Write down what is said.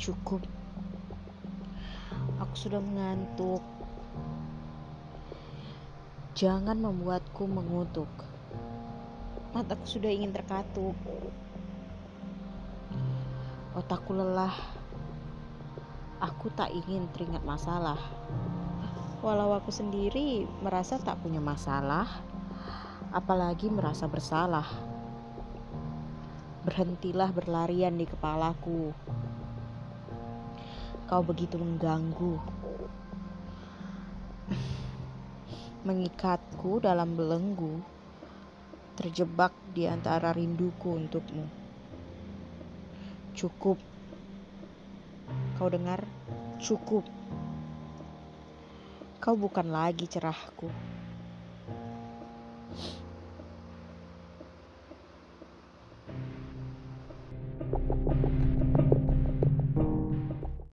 Cukup, aku sudah mengantuk. Jangan membuatku mengutuk. Mataku sudah ingin terkatup. Otakku lelah. Aku tak ingin teringat masalah. Walau aku sendiri merasa tak punya masalah, apalagi merasa bersalah. Berhentilah berlarian di kepalaku. Kau begitu mengganggu, mengikatku dalam belenggu, terjebak di antara rinduku untukmu. Cukup. Kau dengar? Cukup. Kau bukan lagi cerahku.